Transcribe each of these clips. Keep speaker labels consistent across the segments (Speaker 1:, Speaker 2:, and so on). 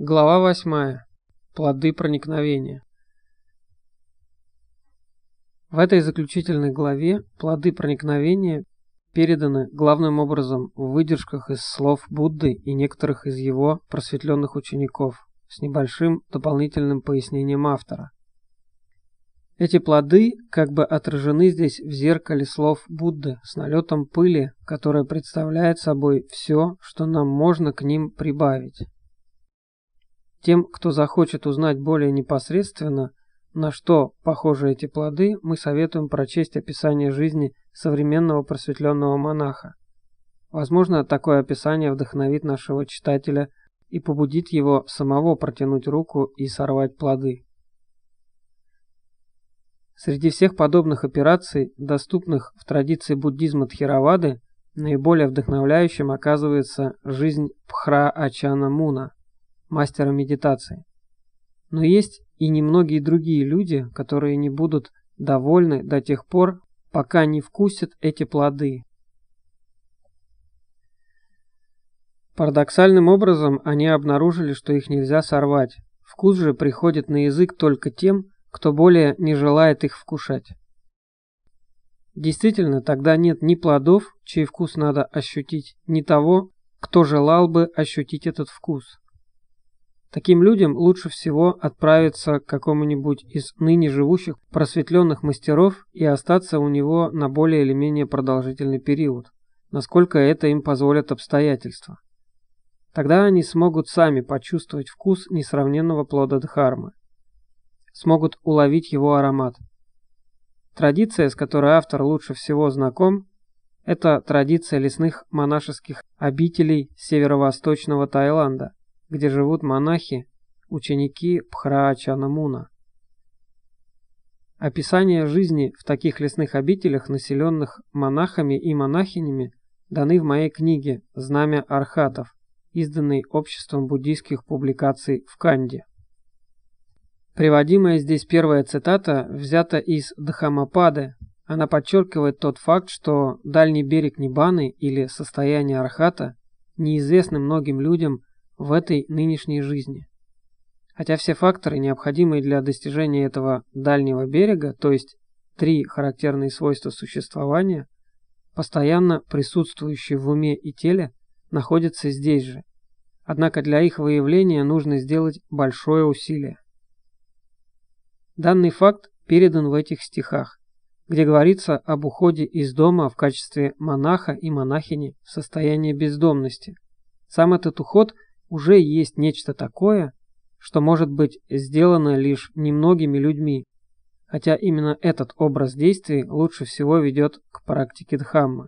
Speaker 1: Глава 8. Плоды проникновения. В этой заключительной главе плоды проникновения переданы главным образом в выдержках из слов Будды и некоторых из его просветленных учеников, с небольшим дополнительным пояснением автора. Эти плоды как бы отражены здесь в зеркале слов Будды с налетом пыли, которая представляет собой все, что нам можно к ним прибавить. Тем, кто захочет узнать более непосредственно, на что похожи эти плоды, мы советуем прочесть описание жизни современного просветленного монаха. Возможно, такое описание вдохновит нашего читателя и побудит его самого протянуть руку и сорвать плоды. Среди всех подобных операций, доступных в традиции буддизма Тхеравады, наиболее вдохновляющим оказывается жизнь Пхра-Ачана Муна, мастера медитации. Но есть и немногие другие люди, которые не будут довольны до тех пор, пока не вкусят эти плоды. Парадоксальным образом они обнаружили, что их нельзя сорвать. Вкус же приходит на язык только тем, кто более не желает их вкушать. Действительно, тогда нет ни плодов, чей вкус надо ощутить, ни того, кто желал бы ощутить этот вкус. Таким людям лучше всего отправиться к какому-нибудь из ныне живущих просветленных мастеров и остаться у него на более или менее продолжительный период, насколько это им позволят обстоятельства. Тогда они смогут сами почувствовать вкус несравненного плода Дхармы, смогут уловить его аромат. Традиция, с которой автор лучше всего знаком, это традиция лесных монашеских обителей северо-восточного Таиланда, где живут монахи, ученики Пхра-Ачана Муна. Описание жизни в таких лесных обителях, населенных монахами и монахинями, даны в моей книге «Знамя Архатов», изданной Обществом буддийских публикаций в Канде. Приводимая здесь первая цитата взята из Дхаммапады. Она подчеркивает тот факт, что дальний берег Ниббаны или состояние Архата неизвестны многим людям в этой нынешней жизни. Хотя все факторы, необходимые для достижения этого дальнего берега, то есть 3 характерные свойства существования, постоянно присутствующие в уме и теле, находятся здесь же. Однако для их выявления нужно сделать большое усилие. Данный факт передан в этих стихах, где говорится об уходе из дома в качестве монаха и монахини в состояние бездомности. Сам этот уход уже есть нечто такое, что может быть сделано лишь немногими людьми, хотя именно этот образ действий лучше всего ведет к практике Дхаммы.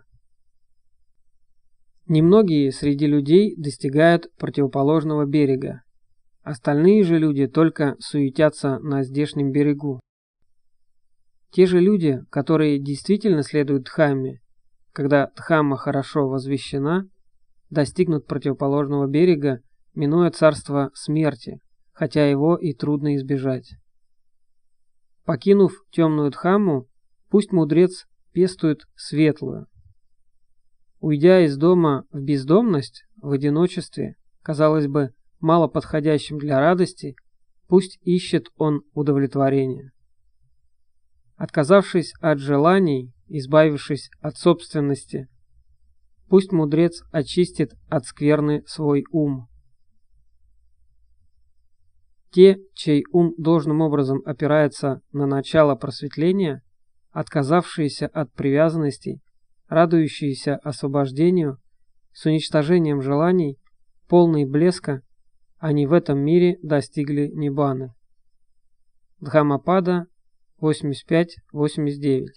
Speaker 1: Немногие среди людей достигают противоположного берега, остальные же люди только суетятся на здешнем берегу. Те же люди, которые действительно следуют Дхамме, когда Дхамма хорошо возвещена, достигнут противоположного берега, минуя царство смерти, хотя его и трудно избежать. Покинув темную Дхамму, пусть мудрец пестует светлую. Уйдя из дома в бездомность, в одиночестве, казалось бы, мало подходящим для радости, пусть ищет он удовлетворения. Отказавшись от желаний, избавившись от собственности, пусть мудрец очистит от скверны свой ум. Те, чей ум должным образом опирается на начало просветления, отказавшиеся от привязанностей, радующиеся освобождению, с уничтожением желаний, полные блеска, они в этом мире достигли Ниббаны. Дхаммапада 85-89.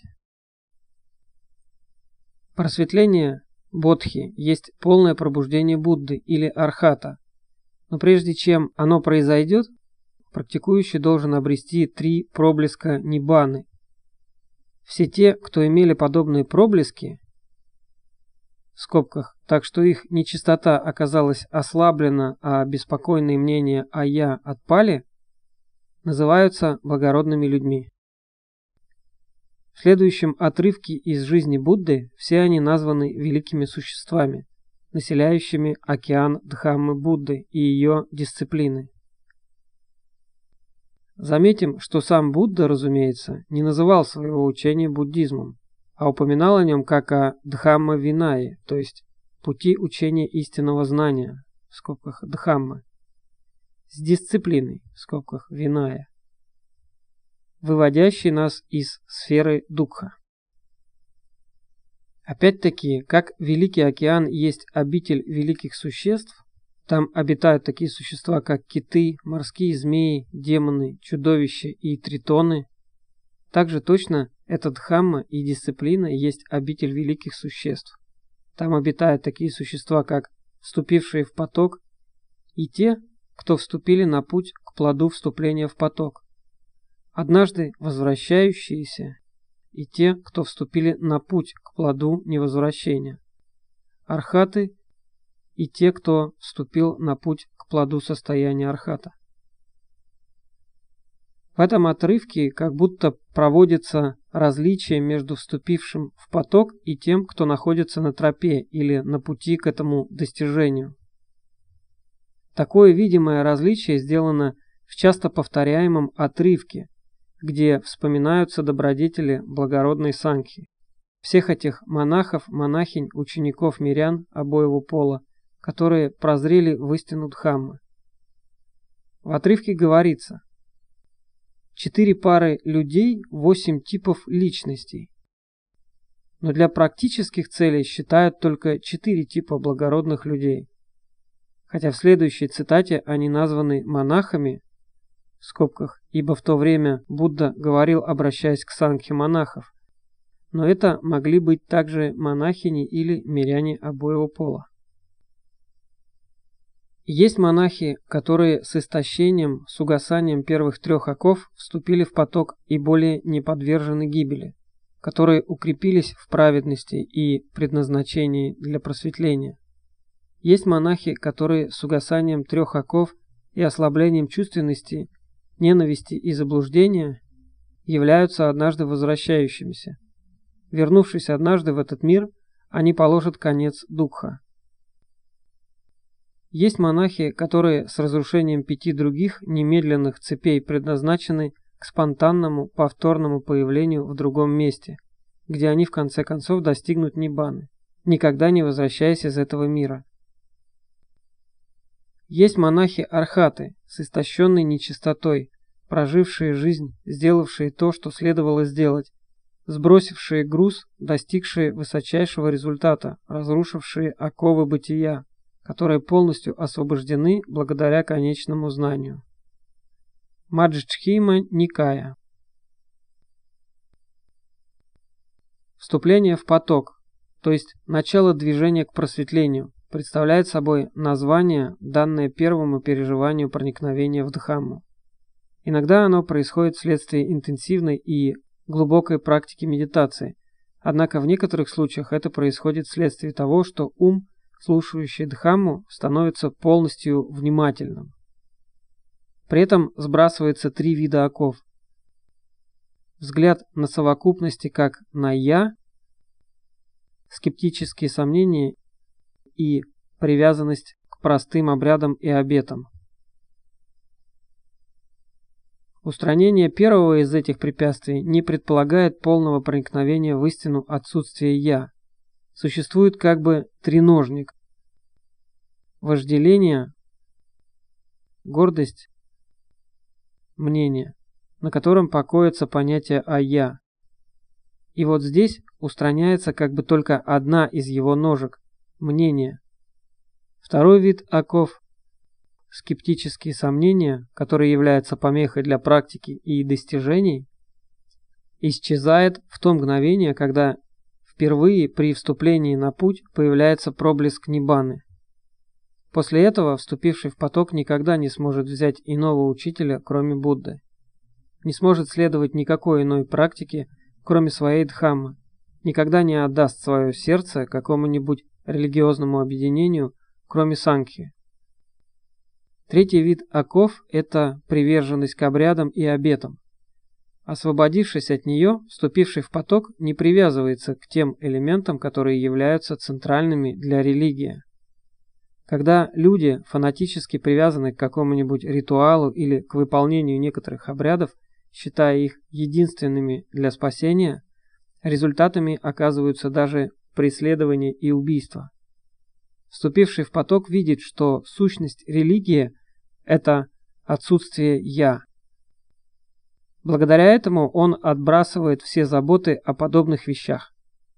Speaker 1: Просветление Бодхи есть полное пробуждение Будды или Архата, но прежде чем оно произойдет, практикующий должен обрести 3 проблеска Ниббаны. Все те, кто имели подобные проблески, в скобках, так что их нечистота оказалась ослаблена, а беспокойные мнения о «я» отпали, называются благородными людьми. В следующем отрывке из жизни Будды все они названы великими существами, населяющими океан Дхаммы Будды и ее дисциплины. Заметим, что сам Будда, разумеется, не называл своего учения буддизмом, а упоминал о нем как о Дхамма-винае, то есть пути учения истинного знания, в скобках Дхаммы, с дисциплиной, в скобках Виная, выводящей нас из сферы Дукха. Опять-таки, как Великий океан есть обитель великих существ, там обитают такие существа, как киты, морские змеи, демоны, чудовища и тритоны, также точно эта Дхамма и дисциплина есть обитель великих существ. Там обитают такие существа, как вступившие в поток, и те, кто вступили на путь к плоду вступления в поток, однажды возвращающиеся, и те, кто вступили на путь к плоду невозвращения, архаты и те, кто вступил на путь к плоду состояния архата. В этом отрывке как будто проводится различие между вступившим в поток и тем, кто находится на тропе или на пути к этому достижению. Такое видимое различие сделано в часто повторяемом отрывке, где вспоминаются добродетели благородной Сангхи, всех этих монахов, монахинь, учеников мирян обоего пола, которые прозрели в истину Дхаммы. В отрывке говорится: 4 пары людей, 8 типов личностей. Но для практических целей считают только 4 типа благородных людей. Хотя в следующей цитате они названы монахами, в скобках, ибо в то время Будда говорил, обращаясь к сангхе монахов, но это могли быть также монахини или миряне обоего пола. Есть монахи, которые с истощением, с угасанием первых 3 оков вступили в поток и более не подвержены гибели, которые укрепились в праведности и предназначении для просветления. Есть монахи, которые с угасанием 3 оков и ослаблением чувственности, ненависти и заблуждения являются однажды возвращающимися. Вернувшись однажды в этот мир, они положат конец Дукха. Есть монахи, которые с разрушением 5 других немедленных цепей предназначены к спонтанному повторному появлению в другом месте, где они в конце концов достигнут ниббаны, никогда не возвращаясь из этого мира. Есть монахи-архаты с истощенной нечистотой, прожившие жизнь, сделавшие то, что следовало сделать, сбросившие груз, достигшие высочайшего результата, разрушившие оковы бытия, которые полностью освобождены благодаря конечному знанию. Маджххима Никая. Вступление в поток, то есть начало движения к просветлению, представляет собой название, данное первому переживанию проникновения в Дхамму. Иногда оно происходит вследствие интенсивной и глубокой практики медитации, однако в некоторых случаях это происходит вследствие того, что ум, слушающий Дхамму, становится полностью внимательным. При этом сбрасывается 3 вида оков. Взгляд на совокупности как на «я», скептические сомнения и привязанность к простым обрядам и обетам. Устранение первого из этих препятствий не предполагает полного проникновения в истину отсутствия «я». Существует как бы треножник: вожделение, гордость, мнение, на котором покоится понятие о «я». И вот здесь устраняется как бы только одна из его ножек – мнение. Второй вид оков – скептические сомнения, которые являются помехой для практики и достижений, исчезает в то мгновение, когда впервые при вступлении на путь появляется проблеск ниббаны. После этого вступивший в поток никогда не сможет взять иного учителя, кроме Будды. Не сможет следовать никакой иной практике, кроме своей Дхаммы. Никогда не отдаст свое сердце какому-нибудь религиозному объединению, кроме Сангхи. Третий вид оков – это приверженность к обрядам и обетам. Освободившись от нее, вступивший в поток не привязывается к тем элементам, которые являются центральными для религии. Когда люди фанатически привязаны к какому-нибудь ритуалу или к выполнению некоторых обрядов, считая их единственными для спасения, результатами оказываются даже преследование и убийство. Вступивший в поток видит, что сущность религии – это отсутствие «я». Благодаря этому он отбрасывает все заботы о подобных вещах.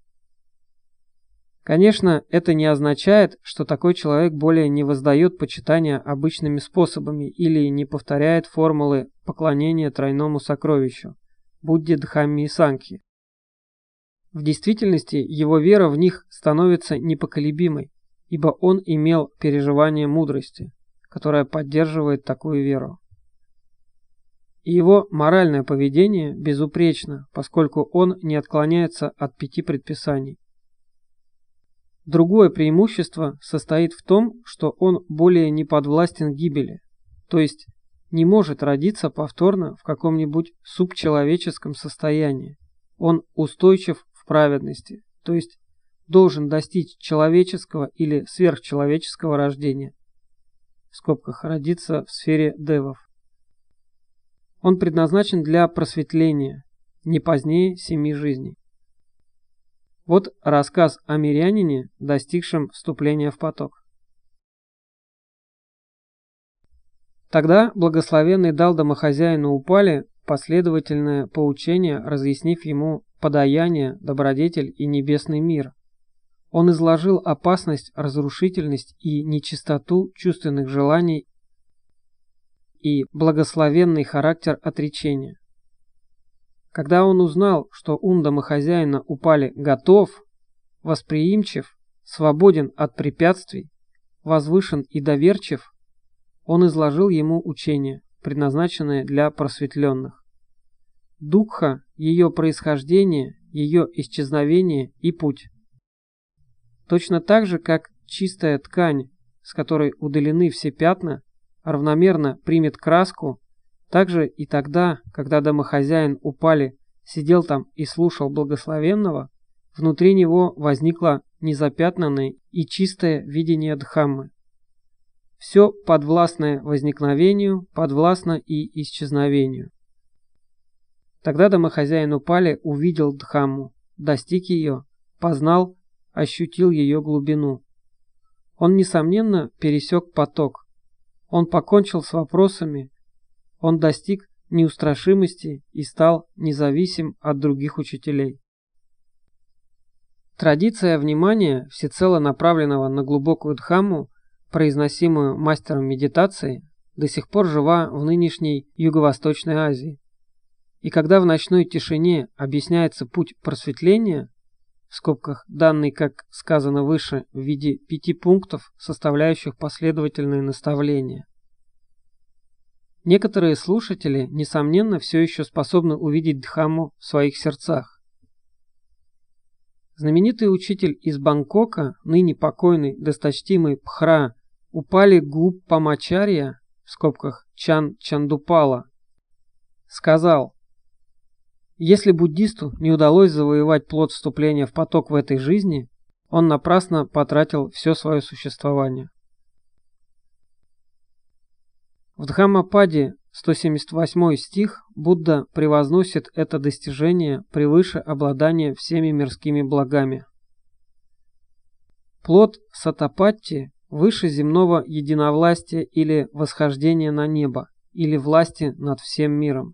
Speaker 1: Конечно, это не означает, что такой человек более не воздает почитания обычными способами или не повторяет формулы поклонения тройному сокровищу – Будде, Дхамме и Сангхе. В действительности его вера в них становится непоколебимой, ибо он имел переживание мудрости, которая поддерживает такую веру. И его моральное поведение безупречно, поскольку он не отклоняется от 5 предписаний. Другое преимущество состоит в том, что он более не подвластен гибели, то есть не может родиться повторно в каком-нибудь субчеловеческом состоянии. Он устойчив в праведности, то есть должен достичь человеческого или сверхчеловеческого рождения, в скобках родиться в сфере девов. Он предназначен для просветления, не позднее 7 жизней. Вот рассказ о мирянине, достигшем вступления в поток. Тогда благословенный дал домохозяину Упали последовательное поучение, разъяснив ему подаяние, добродетель и небесный мир. Он изложил опасность, разрушительность и нечистоту чувственных желаний и благословенный характер отречения. Когда он узнал, что ум домохозяина Упали готов, восприимчив, свободен от препятствий, возвышен и доверчив, он изложил ему учение, предназначенное для просветленных. Дукха, ее происхождение, ее исчезновение и путь. Точно так же, как чистая ткань, с которой удалены все пятна, равномерно примет краску, так же и тогда, когда домохозяин Упали сидел там и слушал благословенного, внутри него возникло незапятнанное и чистое видение Дхаммы. Все подвластное возникновению, подвластно и исчезновению. Тогда домохозяин Упали увидел Дхамму, достиг ее, познал, ощутил ее глубину. Он, несомненно, пересек поток. Он покончил с вопросами, он достиг неустрашимости и стал независим от других учителей. Традиция внимания, всецело направленного на глубокую Дхамму, произносимую мастером медитации, до сих пор жива в нынешней Юго-Восточной Азии. И когда в ночной тишине объясняется путь просветления, в скобках данный, как сказано выше, в виде 5 пунктов, составляющих последовательные наставления, некоторые слушатели, несомненно, все еще способны увидеть Дхамму в своих сердцах. Знаменитый учитель из Бангкока, ныне покойный, досточтимый Пхра Упали Гуппамачарья, в скобках Чан Чандупала, сказал: если буддисту не удалось завоевать плод вступления в поток в этой жизни, он напрасно потратил все свое существование. В Дхаммападе, 178 стих, Будда превозносит это достижение превыше обладания всеми мирскими благами. Плод сатапатти выше земного единовластия или восхождения на небо, или власти над всем миром.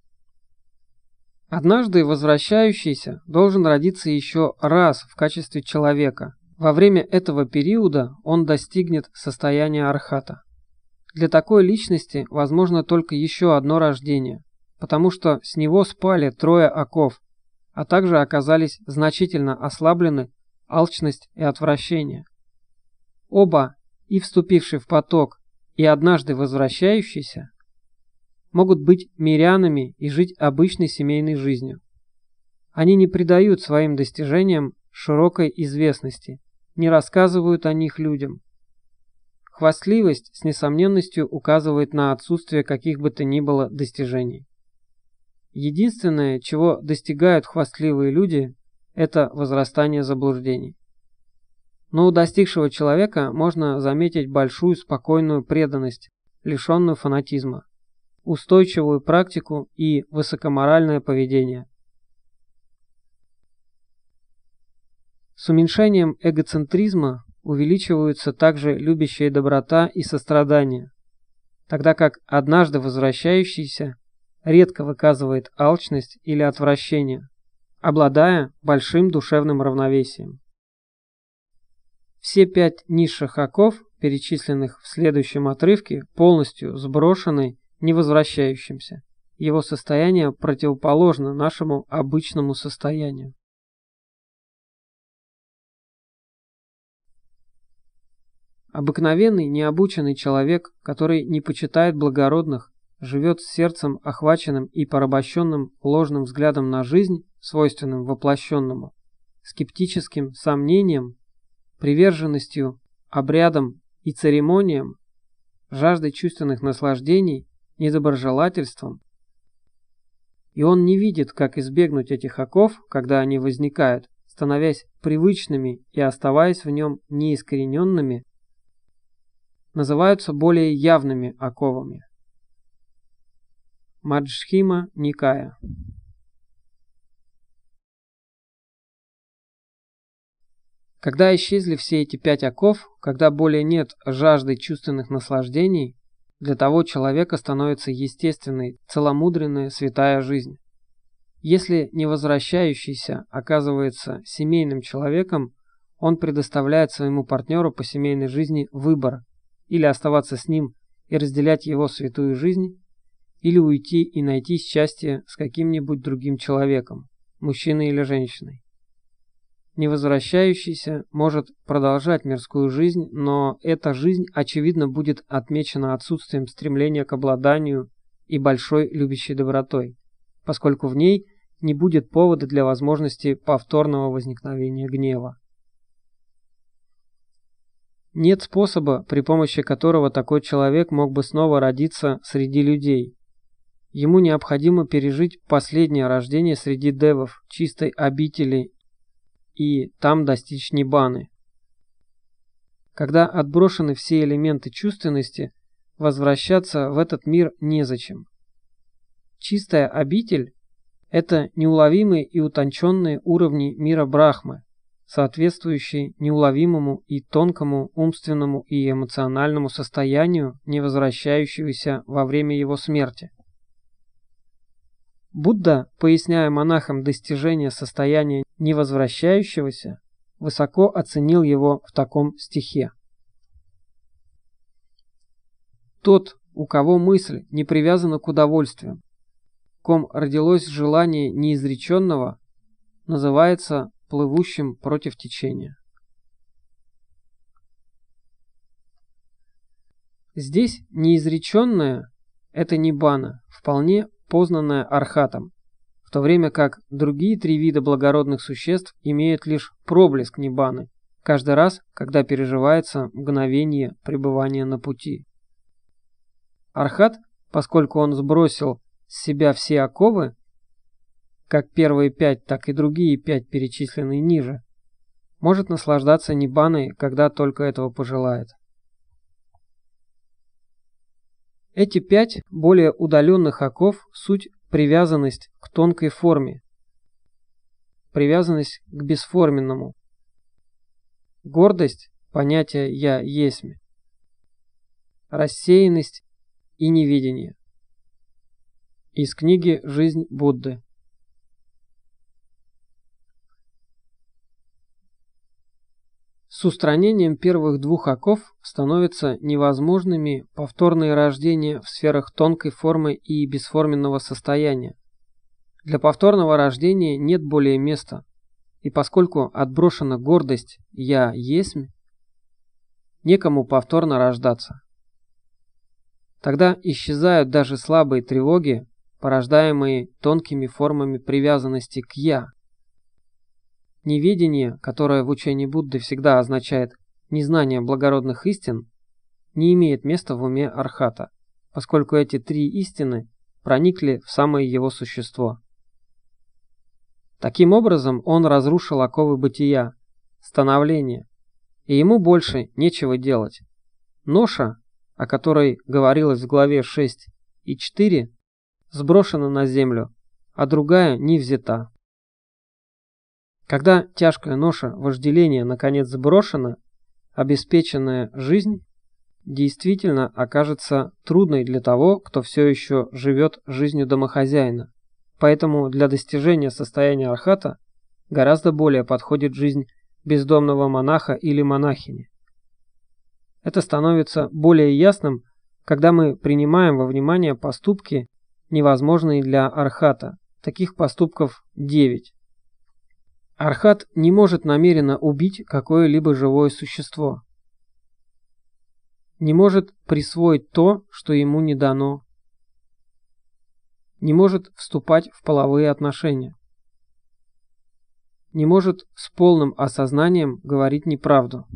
Speaker 1: Однажды возвращающийся должен родиться еще раз в качестве человека. Во время этого периода он достигнет состояния архата. Для такой личности возможно только еще одно рождение, потому что с него спали 3 оков, а также оказались значительно ослаблены алчность и отвращение. Оба, и вступивший в поток, и однажды возвращающийся, могут быть мирянами и жить обычной семейной жизнью. Они не придают своим достижениям широкой известности, не рассказывают о них людям. Хвастливость с несомненностью указывает на отсутствие каких бы то ни было достижений. Единственное, чего достигают хвастливые люди, это возрастание заблуждений. Но у достигшего человека можно заметить большую спокойную преданность, лишенную фанатизма, устойчивую практику и высокоморальное поведение. С уменьшением эгоцентризма увеличиваются также любящая доброта и сострадание, тогда как однажды возвращающийся редко выказывает алчность или отвращение, обладая большим душевным равновесием. Все 5 низших оков, перечисленных в следующем отрывке, полностью сброшены невозвращающимся. Его состояние противоположно нашему обычному состоянию. Обыкновенный необученный человек, который не почитает благородных, живет с сердцем охваченным и порабощенным ложным взглядом на жизнь, свойственным воплощенному, скептическим сомнением, приверженностью обрядам и церемониям, жаждой чувственных наслаждений, недоброжелательством. И он не видит, как избегнуть этих оков, когда они возникают, становясь привычными и оставаясь в нем неискорененными, называются более явными оковами. Маджхима Никая. Когда исчезли все эти 5 оков, когда более нет жажды чувственных наслаждений, для того человека становится естественной, целомудренная, святая жизнь. Если невозвращающийся оказывается семейным человеком, он предоставляет своему партнеру по семейной жизни выбор: или оставаться с ним и разделять его святую жизнь, или уйти и найти счастье с каким-нибудь другим человеком, мужчиной или женщиной. Невозвращающийся может продолжать мирскую жизнь, но эта жизнь, очевидно, будет отмечена отсутствием стремления к обладанию и большой любящей добротой, поскольку в ней не будет повода для возможности повторного возникновения гнева. Нет способа, при помощи которого такой человек мог бы снова родиться среди людей. Ему необходимо пережить последнее рождение среди девов, чистой обители, и там достичь ниббаны. Когда отброшены все элементы чувственности, возвращаться в этот мир незачем. Чистая обитель – это неуловимые и утонченные уровни мира Брахмы, соответствующие неуловимому и тонкому умственному и эмоциональному состоянию, не возвращающегося во время его смерти. Будда, поясняя монахам достижение состояния невозвращающегося, высоко оценил его в таком стихе. Тот, у кого мысль не привязана к удовольствиям, в ком родилось желание неизреченного, называется плывущим против течения. Здесь неизреченное – это ниббана, вполне познанное архатом, в то время как другие 3 вида благородных существ имеют лишь проблеск ниббаны, каждый раз, когда переживается мгновение пребывания на пути. Архат, поскольку он сбросил с себя все оковы, как первые 5, так и другие 5, перечисленные ниже, может наслаждаться ниббаной, когда только этого пожелает. Эти 5 более удаленных оков – суть привязанность к тонкой форме, привязанность к бесформенному, гордость – понятие «я есмь», рассеянность и неведение. Из книги «Жизнь Будды». С устранением первых 2 оков становятся невозможными повторные рождения в сферах тонкой формы и бесформенного состояния. Для повторного рождения нет более места, и поскольку отброшена гордость «я есмь», некому повторно рождаться. Тогда исчезают даже слабые тревоги, порождаемые тонкими формами привязанности к «я». Неведение, которое в учении Будды всегда означает незнание благородных истин, не имеет места в уме архата, поскольку эти 3 истины проникли в самое его существо. Таким образом, он разрушил оковы бытия, становления, и ему больше нечего делать. Ноша, о которой говорилось в главе 6 и 4, сброшена на землю, а другая не взята. Когда тяжкая ноша вожделения наконец сброшена, обеспеченная жизнь действительно окажется трудной для того, кто все еще живет жизнью домохозяина. Поэтому для достижения состояния архата гораздо более подходит жизнь бездомного монаха или монахини. Это становится более ясным, когда мы принимаем во внимание поступки, невозможные для архата. Таких поступков 9. Архат не может намеренно убить какое-либо живое существо. Не может присвоить то, что ему не дано. Не может вступать в половые отношения. Не может с полным осознанием говорить неправду.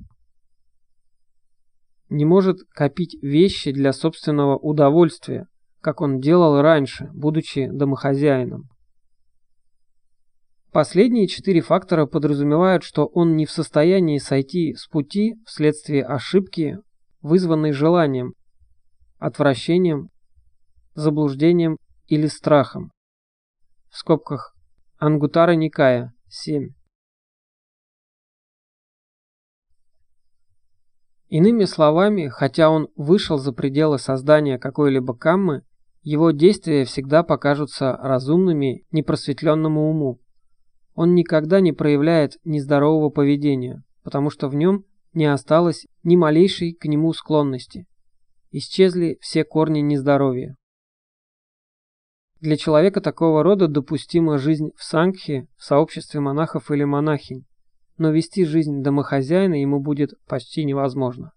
Speaker 1: Не может копить вещи для собственного удовольствия, как он делал раньше, будучи домохозяином. Последние 4 фактора подразумевают, что он не в состоянии сойти с пути вследствие ошибки, вызванной желанием, отвращением, заблуждением или страхом. В скобках Ангутара Никая 7. Иными словами, хотя он вышел за пределы создания какой-либо каммы, его действия всегда покажутся разумными непросветленному уму. Он никогда не проявляет нездорового поведения, потому что в нем не осталось ни малейшей к нему склонности. Исчезли все корни нездоровья. Для человека такого рода допустима жизнь в сангхе, в сообществе монахов или монахинь, но вести жизнь домохозяина ему будет почти невозможно.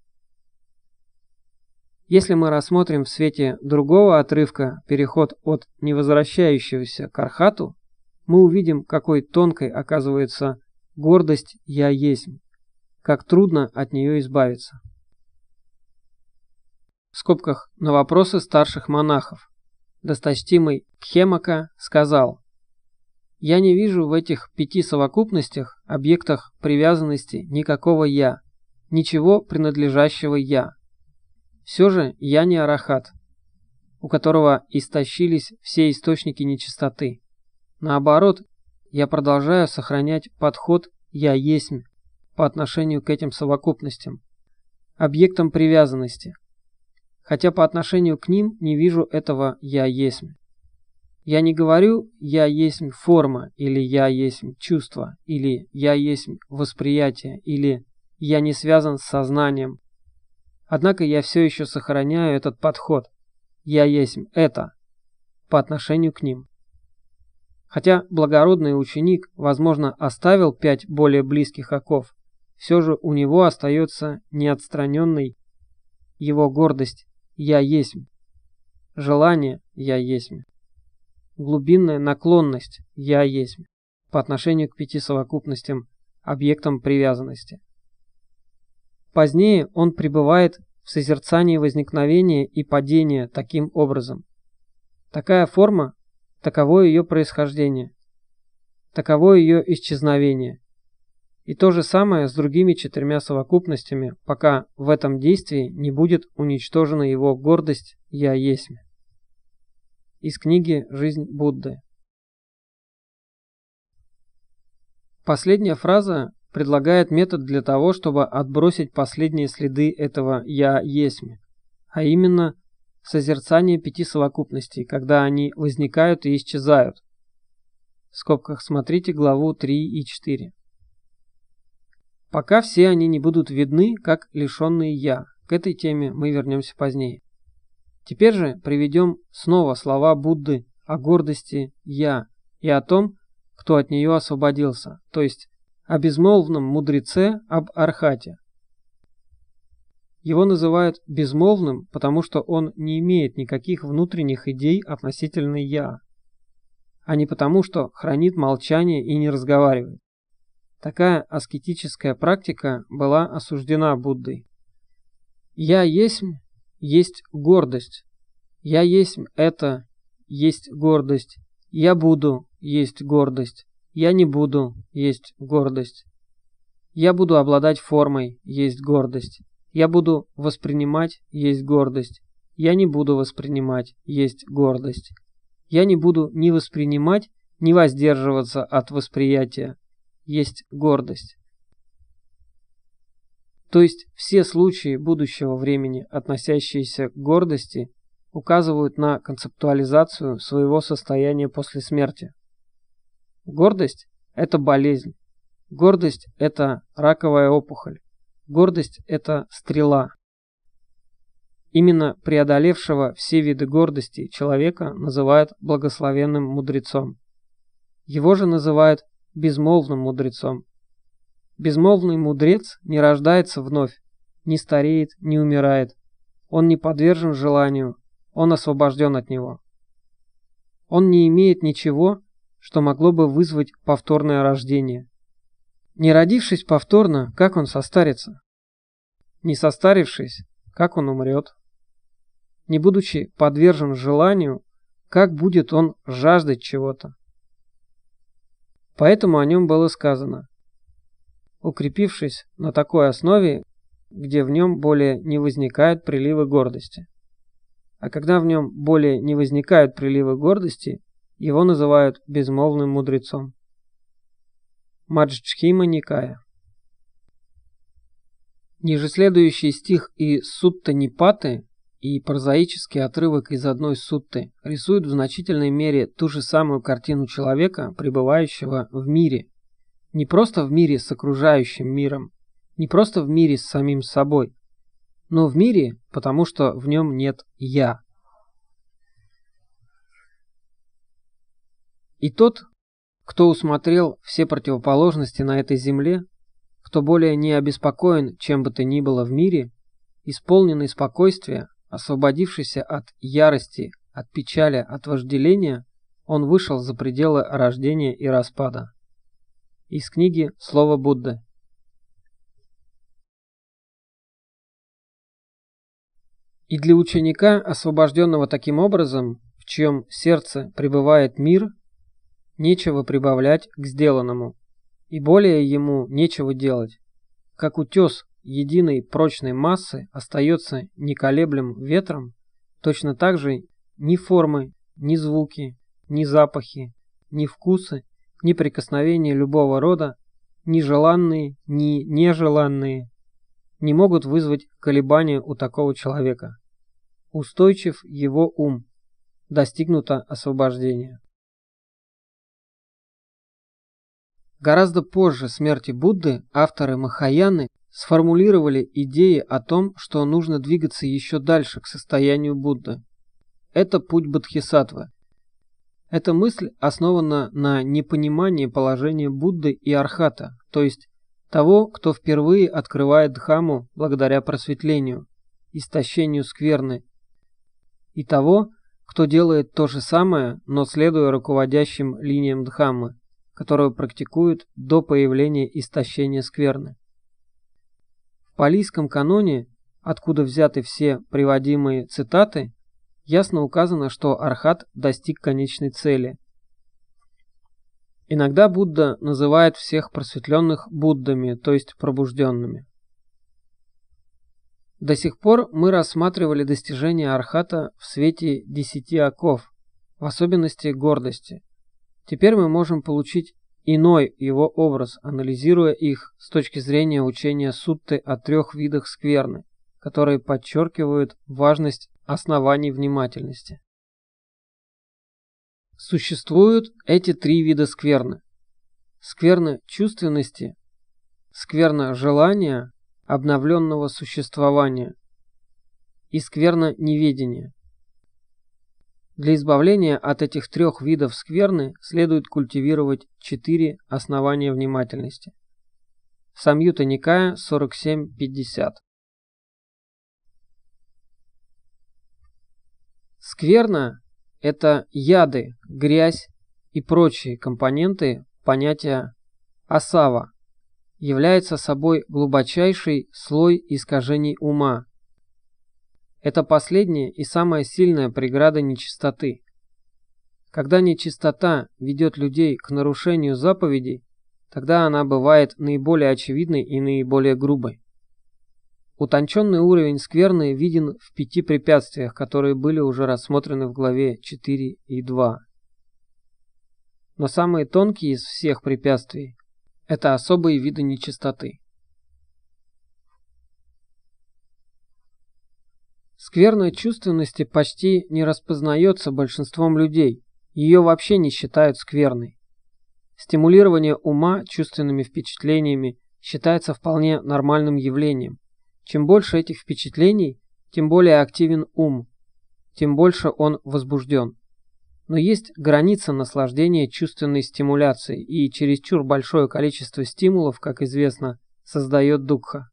Speaker 1: Если мы рассмотрим в свете другого отрывка переход от невозвращающегося к архату, мы увидим, какой тонкой оказывается гордость «Я есмь», как трудно от нее избавиться. В скобках на вопросы старших монахов досточтимый Кхемака сказал: «Я не вижу в этих 5 совокупностях, объектах привязанности, никакого «я», ничего принадлежащего «я». Все же я не арахат, у которого истощились все источники нечистоты. Наоборот, я продолжаю сохранять подход «я есмь» по отношению к этим совокупностям, объектам привязанности, хотя по отношению к ним не вижу этого «я есмь». Я не говорю «я есмь форма» или «я есмь чувство» или «я есмь восприятие» или «я не связан с сознанием». Однако я все еще сохраняю этот подход «я есмь это» по отношению к ним. Хотя благородный ученик, возможно, оставил 5 более близких оков, все же у него остается неотстраненной его гордость «я есмь», желание «я есмь», глубинная наклонность «я есмь» по отношению к 5 совокупностям, объектам привязанности. Позднее он пребывает в созерцании возникновения и падения таким образом. Такая форма – таково ее происхождение, таково ее исчезновение. И то же самое с другими 4 совокупностями, пока в этом действии не будет уничтожена его гордость «Я есмь». Из книги «Жизнь Будды». Последняя фраза предлагает метод для того, чтобы отбросить последние следы этого «Я есмь», а именно созерцание 5 совокупностей, когда они возникают и исчезают. В скобках смотрите главу 3 и 4. Пока все они не будут видны, как лишенные «я». К этой теме мы вернемся позднее. Теперь же приведем снова слова Будды о гордости «я» и о том, кто от нее освободился, то есть о безмолвном мудреце об архате. Его называют безмолвным, потому что он не имеет никаких внутренних идей относительно «я», а не потому, что хранит молчание и не разговаривает. Такая аскетическая практика была осуждена Буддой. «Я есмь» есть гордость. «Я есмь» это есть гордость. «Я буду» есть гордость. «Я не буду» есть гордость. Я буду обладать формой, есть гордость. Я буду воспринимать, есть гордость. Я не буду воспринимать, есть гордость. Я не буду ни воспринимать, ни воздерживаться от восприятия, есть гордость. То есть все случаи будущего времени, относящиеся к гордости, указывают на концептуализацию своего состояния после смерти. Гордость – это болезнь. Гордость – это раковая опухоль. Гордость – это стрела. Именно преодолевшего все виды гордости человека называют благословенным мудрецом. Его же называют безмолвным мудрецом. Безмолвный мудрец не рождается вновь, не стареет, не умирает. Он не подвержен желанию, он освобожден от него. Он не имеет ничего, что могло бы вызвать повторное рождение. Не родившись повторно, как он состарится? Не состарившись, как он умрет? Не будучи подвержен желанию, как будет он жаждать чего-то? Поэтому о нем было сказано: укрепившись на такой основе, где в нем более не возникают приливы гордости. А когда в нем более не возникают приливы гордости, его называют безмолвным мудрецом. Мадждхима Никая. Ниже следующий стих из Сутта Нипаты и прозаический отрывок из одной сутты рисуют в значительной мере ту же самую картину человека, пребывающего в мире. Не просто в мире с окружающим миром, не просто в мире с самим собой, но в мире, потому что в нем нет «я». И тот, кто усмотрел все противоположности на этой земле, кто более не обеспокоен чем бы то ни было в мире, исполненный спокойствия, освободившийся от ярости, от печали, от вожделения, он вышел за пределы рождения и распада. Из книги «Слово Будды». И для ученика, освобожденного таким образом, в чьем сердце пребывает мир, нечего прибавлять к сделанному, и более ему нечего делать. Как утес единой прочной массы остается неколеблем ветром, точно так же ни формы, ни звуки, ни запахи, ни вкусы, ни прикосновения любого рода, ни желанные, ни нежеланные, не могут вызвать колебания у такого человека. Устойчив его ум, достигнуто освобождение. Гораздо позже смерти Будды авторы Махаяны сформулировали идеи о том, что нужно двигаться еще дальше к состоянию Будды. Это путь Бодхисаттвы. Эта мысль основана на непонимании положения Будды и Архата, то есть того, кто впервые открывает Дхамму благодаря просветлению, истощению скверны, и того, кто делает то же самое, но следуя руководящим линиям Дхаммы, которую практикуют до появления истощения скверны. В палийском каноне, откуда взяты все приводимые цитаты, ясно указано, что Архат достиг конечной цели. Иногда Будда называет всех просветленных Буддами, то есть пробужденными. До сих пор мы рассматривали достижения Архата в свете 10 оков, в особенности гордости. Теперь мы можем получить иной его образ, анализируя их с точки зрения учения сутты о 3 видах скверны, которые подчеркивают важность оснований внимательности. Существуют эти 3 вида скверны. Скверна чувственности, скверна желания, обновленного существования и скверна неведения. Для избавления от этих 3 видов скверны следует культивировать 4 основания внимательности. Самьюта Никая 47.50. Скверна – это яды, грязь и прочие компоненты понятия асава, является собой глубочайший слой искажений ума. Это последняя и самая сильная преграда нечистоты. Когда нечистота ведет людей к нарушению заповедей, тогда она бывает наиболее очевидной и наиболее грубой. Утонченный уровень скверны виден в 5 препятствиях, которые были уже рассмотрены в главе 4 и 2. Но самые тонкие из всех препятствий – это особые виды нечистоты. Скверна чувственности почти не распознается большинством людей, ее вообще не считают скверной. Стимулирование ума чувственными впечатлениями считается вполне нормальным явлением. Чем больше этих впечатлений, тем более активен ум, тем больше он возбужден. Но есть граница наслаждения чувственной стимуляцией, и чересчур большое количество стимулов, как известно, создает дукха.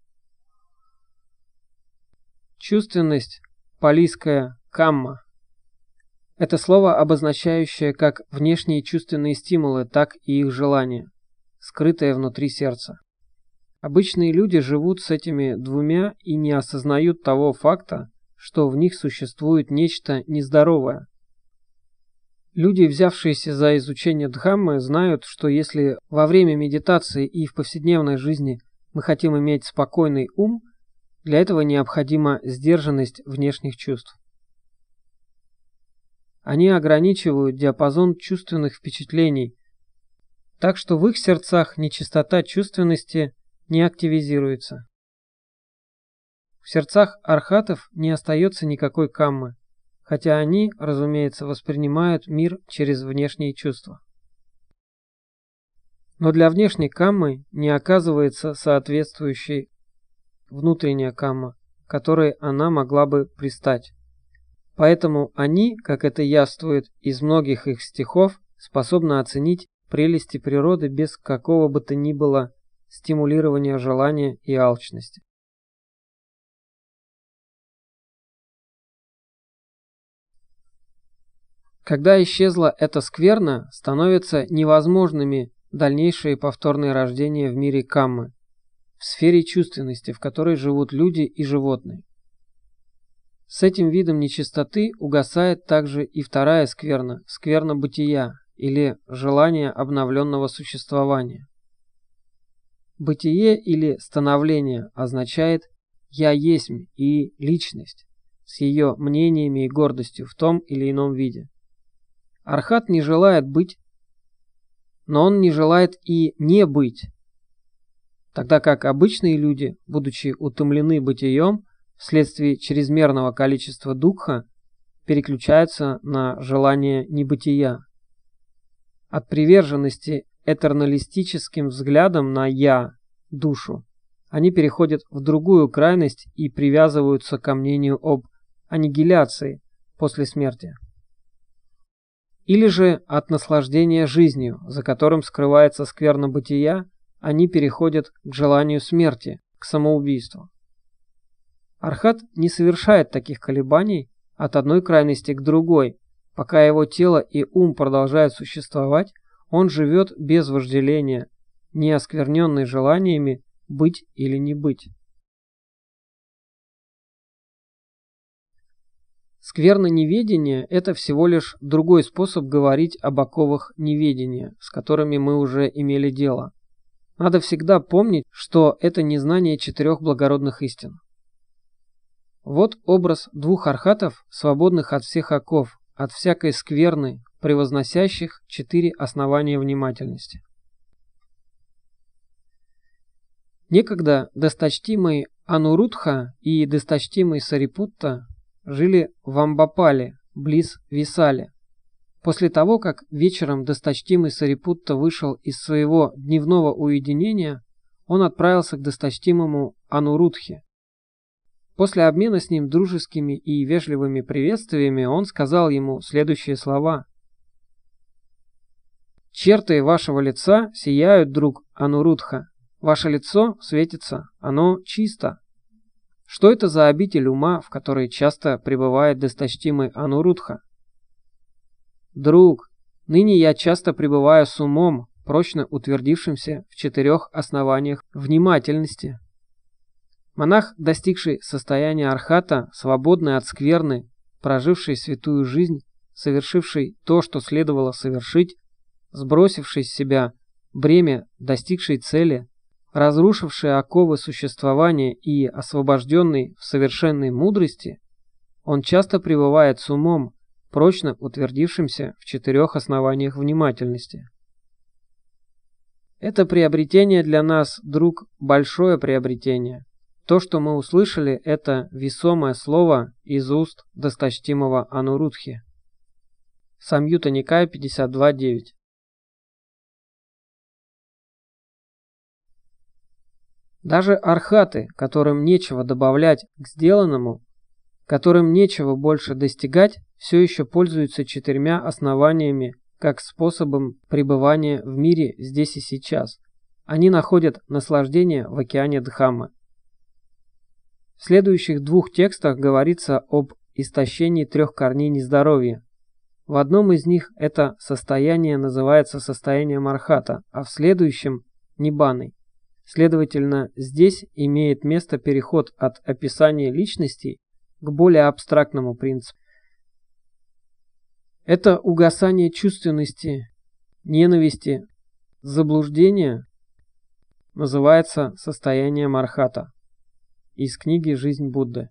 Speaker 1: Чувственность, палийская камма, это слово, обозначающее как внешние чувственные стимулы, так и их желания, скрытые внутри сердца. Обычные люди живут с этими двумя и не осознают того факта, что в них существует нечто нездоровое. Люди, взявшиеся за изучение Дхаммы, знают, что если во время медитации и в повседневной жизни мы хотим иметь спокойный ум, для этого необходима сдержанность внешних чувств. Они ограничивают диапазон чувственных впечатлений, так что в их сердцах нечистота чувственности не активизируется. В сердцах архатов не остается никакой каммы, хотя они, разумеется, воспринимают мир через внешние чувства. Но для внешней каммы не оказывается соответствующей внутренняя камма, к которой она могла бы пристать. Поэтому они, как это явствует из многих их стихов, способны оценить прелести природы без какого бы то ни было стимулирования желания и алчности. Когда исчезла эта скверна, становятся невозможными дальнейшие повторные рождения в мире каммы, в сфере чувственности, в которой живут люди и животные. С этим видом нечистоты угасает также и вторая скверна, скверна бытия, или желание обновленного существования. Бытие или становление означает «я есмь» и личность, с ее мнениями и гордостью в том или ином виде. Архат не желает быть, но он не желает и не быть, тогда как обычные люди, будучи утомлены бытием, вследствие чрезмерного количества дукха, переключаются на желание небытия. От приверженности этерналистическим взглядом на «я», душу, они переходят в другую крайность и привязываются ко мнению об аннигиляции после смерти. Или же от наслаждения жизнью, за которым скрывается скверна бытия, они переходят к желанию смерти, к самоубийству. Архат не совершает таких колебаний от одной крайности к другой. Пока его тело и ум продолжают существовать, он живет без вожделения, не оскверненный желаниями быть или не быть. Скверна неведения – это всего лишь другой способ говорить об оковах неведения, с которыми мы уже имели дело. Надо всегда помнить, что это незнание 4 благородных истин. Вот образ 2 архатов, свободных от всех оков, от всякой скверны, превозносящих 4 основания внимательности. Некогда досточтимый Анурудха и досточтимый Сарипутта жили в Амбапале, близ Висали. После того, как вечером досточтимый Сарипутта вышел из своего дневного уединения, он отправился к досточтимому Анурудхе. После обмена с ним дружескими и вежливыми приветствиями он сказал ему следующие слова. «Черты вашего лица сияют, друг Анурудха. Ваше лицо светится, оно чисто. Что это за обитель ума, в которой часто пребывает досточтимый Анурудха? Друг, ныне я часто пребываю с умом, прочно утвердившимся в 4 основаниях внимательности. Монах, достигший состояния архата, свободный от скверны, проживший святую жизнь, совершивший то, что следовало совершить, сбросивший с себя бремя достигшей цели, разрушивший оковы существования и освобожденный в совершенной мудрости, он часто пребывает с умом, прочно утвердившимся в 4 основаниях внимательности. Это приобретение для нас, друг, большое приобретение. То, что мы услышали, это весомое слово из уст досточтимого Анурудхи. Самьюта Никая 52.9. Даже архаты, которым нечего добавлять к сделанному, которым нечего больше достигать, все еще пользуются 4 основаниями как способом пребывания в мире здесь и сейчас. Они находят наслаждение в океане Дхаммы. В следующих 2 текстах говорится об истощении 3 корней нездоровья. В одном из них это состояние называется состоянием архата, а в следующем – ниббаной. Следовательно, здесь имеет место переход от описания личностей к более абстрактному принципу. Это угасание чувственности, ненависти, заблуждения называется состоянием архата. Из книги «Жизнь Будды».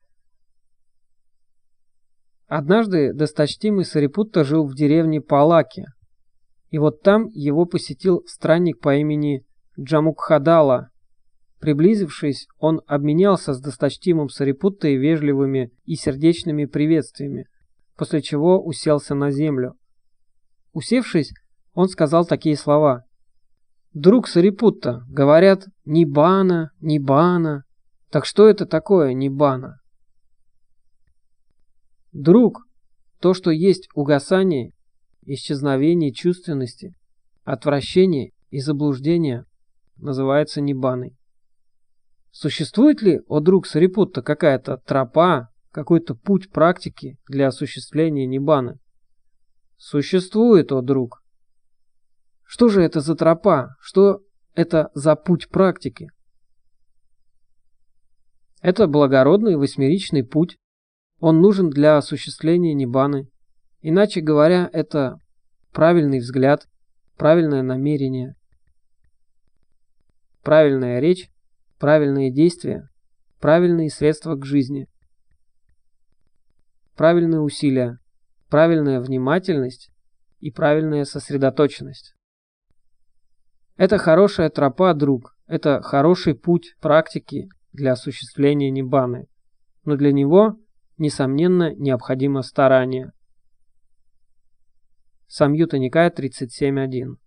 Speaker 1: Однажды досточтимый Сарипутта жил в деревне Палаки, и вот там его посетил странник по имени Джамукхадала. Приблизившись, он обменялся с досточтимым Сарипуттой вежливыми и сердечными приветствиями, после чего уселся на землю. Усевшись, он сказал такие слова: «Друг Сарипутта, говорят, ниббана, ниббана. Так что это такое ниббана?» Друг, то, что есть угасание, исчезновение чувственности, отвращение и заблуждение, называется ниббаной. Существует ли, о друг Сарипутта, какая-то тропа, какой-то путь практики для осуществления ниббаны? Существует, о друг. Что же это за тропа? Что это за путь практики? Это благородный 8-ричный путь. Он нужен для осуществления ниббаны. Иначе говоря, это правильный взгляд, правильное намерение, правильная речь, правильные действия, правильные средства к жизни, правильные усилия, правильная внимательность и правильная сосредоточенность. Это хорошая тропа, друг, это хороший путь практики для осуществления ниббаны, но для него, несомненно, необходимо старание. Самьюта Никая 37.1.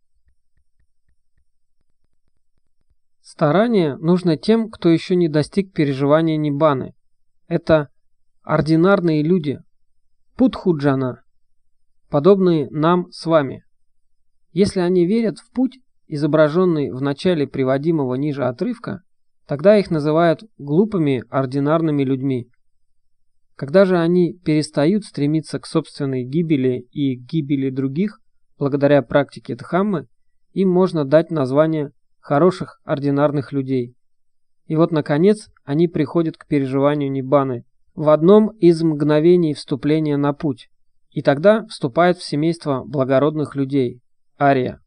Speaker 1: Старание нужно тем, кто еще не достиг переживания ниббаны. Это ординарные люди, путхуджана, подобные нам с вами. Если они верят в путь, изображенный в начале приводимого ниже отрывка, тогда их называют глупыми ординарными людьми. Когда же они перестают стремиться к собственной гибели и к гибели других, благодаря практике Дхаммы, им можно дать название хороших ординарных людей. И вот, наконец, они приходят к переживанию ниббаны в одном из мгновений вступления на путь, и тогда вступают в семейство благородных людей, ария.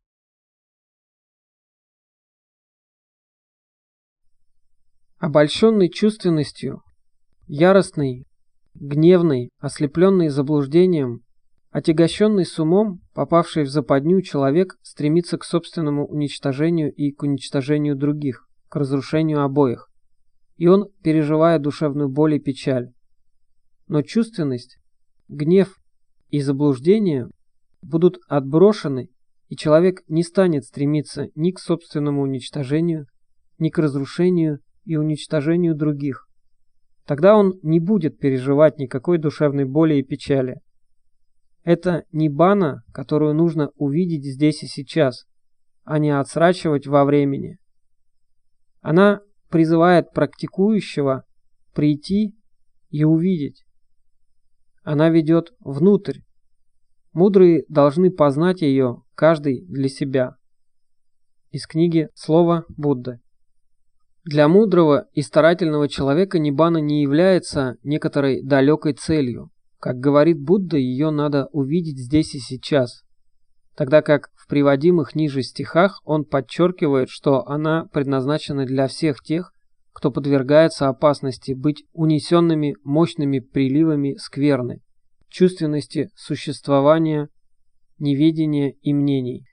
Speaker 1: Обольщенный чувственностью, яростный, гневный, ослепленный заблуждением, отягощенный с умом, попавший в западню человек стремится к собственному уничтожению и к уничтожению других, к разрушению обоих. И он переживает душевную боль и печаль. Но чувственность, гнев и заблуждение будут отброшены, и человек не станет стремиться ни к собственному уничтожению, ни к разрушению и уничтожению других. Тогда он не будет переживать никакой душевной боли и печали. Это ниббана, которую нужно увидеть здесь и сейчас, а не отсрачивать во времени. Она призывает практикующего прийти и увидеть. Она ведет внутрь. Мудрые должны познать ее, каждый для себя. Из книги «Слово Будды». Для мудрого и старательного человека ниббана не является некоторой далекой целью. Как говорит Будда, ее надо увидеть здесь и сейчас. тогда как в приводимых ниже стихах он подчеркивает, что она предназначена для всех тех, кто подвергается опасности быть унесенными мощными приливами скверны, чувственности существования, неведения и мнений.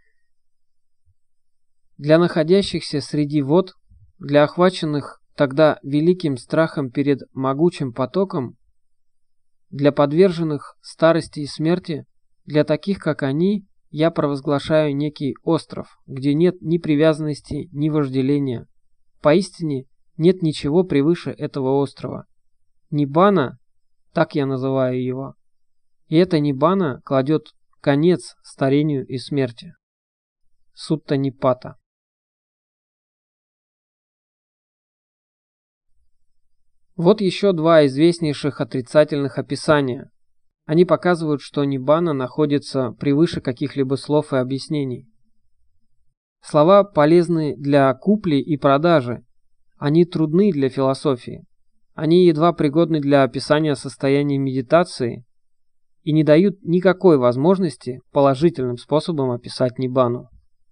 Speaker 1: Для находящихся среди вод, для охваченных тогда великим страхом перед могучим потоком, для подверженных старости и смерти, для таких, как они, я провозглашаю некий остров, где нет ни привязанности, ни вожделения. Поистине нет ничего превыше этого острова. Ниббана, так я называю его, и эта ниббана кладет конец старению и смерти. Сутта Ниппата. Вот еще два известнейших отрицательных описания. Они показывают, что ниббана находится превыше каких-либо слов и объяснений. Слова полезны для купли и продажи. Они трудны для философии. Они едва пригодны для описания состояния медитации и не дают никакой возможности положительным способом описать ниббану.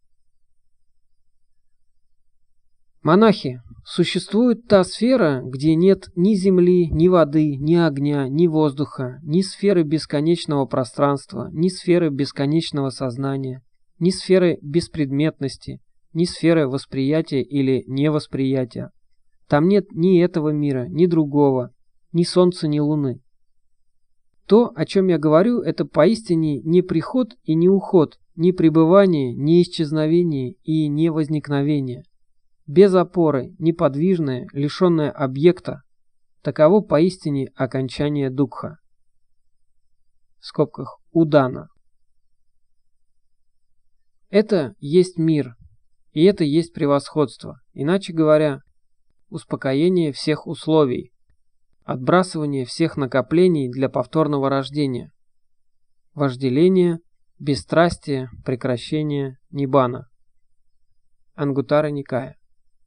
Speaker 1: Монахи, существует та сфера, где нет ни земли, ни воды, ни огня, ни воздуха, ни сферы бесконечного пространства, ни сферы бесконечного сознания, ни сферы беспредметности, ни сферы восприятия или невосприятия. Там нет ни этого мира, ни другого, ни солнца, ни луны. То, о чем я говорю, это поистине не приход и не уход, не пребывание, не исчезновение и не возникновение. Без опоры, неподвижное, лишенное объекта, таково поистине окончание дуkkha. В скобках удана. Это есть мир, и это есть превосходство, иначе говоря, успокоение всех условий, отбрасывание всех накоплений для повторного рождения, вожделение, бесстрастие, прекращение, ниббана. Ангутара Никая.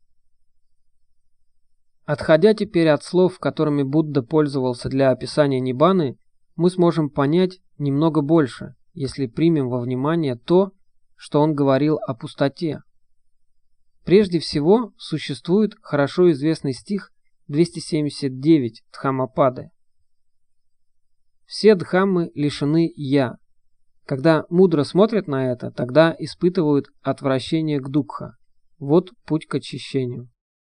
Speaker 1: Отходя теперь от слов, которыми Будда пользовался для описания ниббаны, мы сможем понять немного больше, если примем во внимание то, что он говорил о пустоте. Прежде всего, существует хорошо известный стих 279 Дхаммапады. Все дхаммы лишены «я». Когда мудро смотрят на это, тогда испытывают отвращение к дукха. Вот путь к очищению.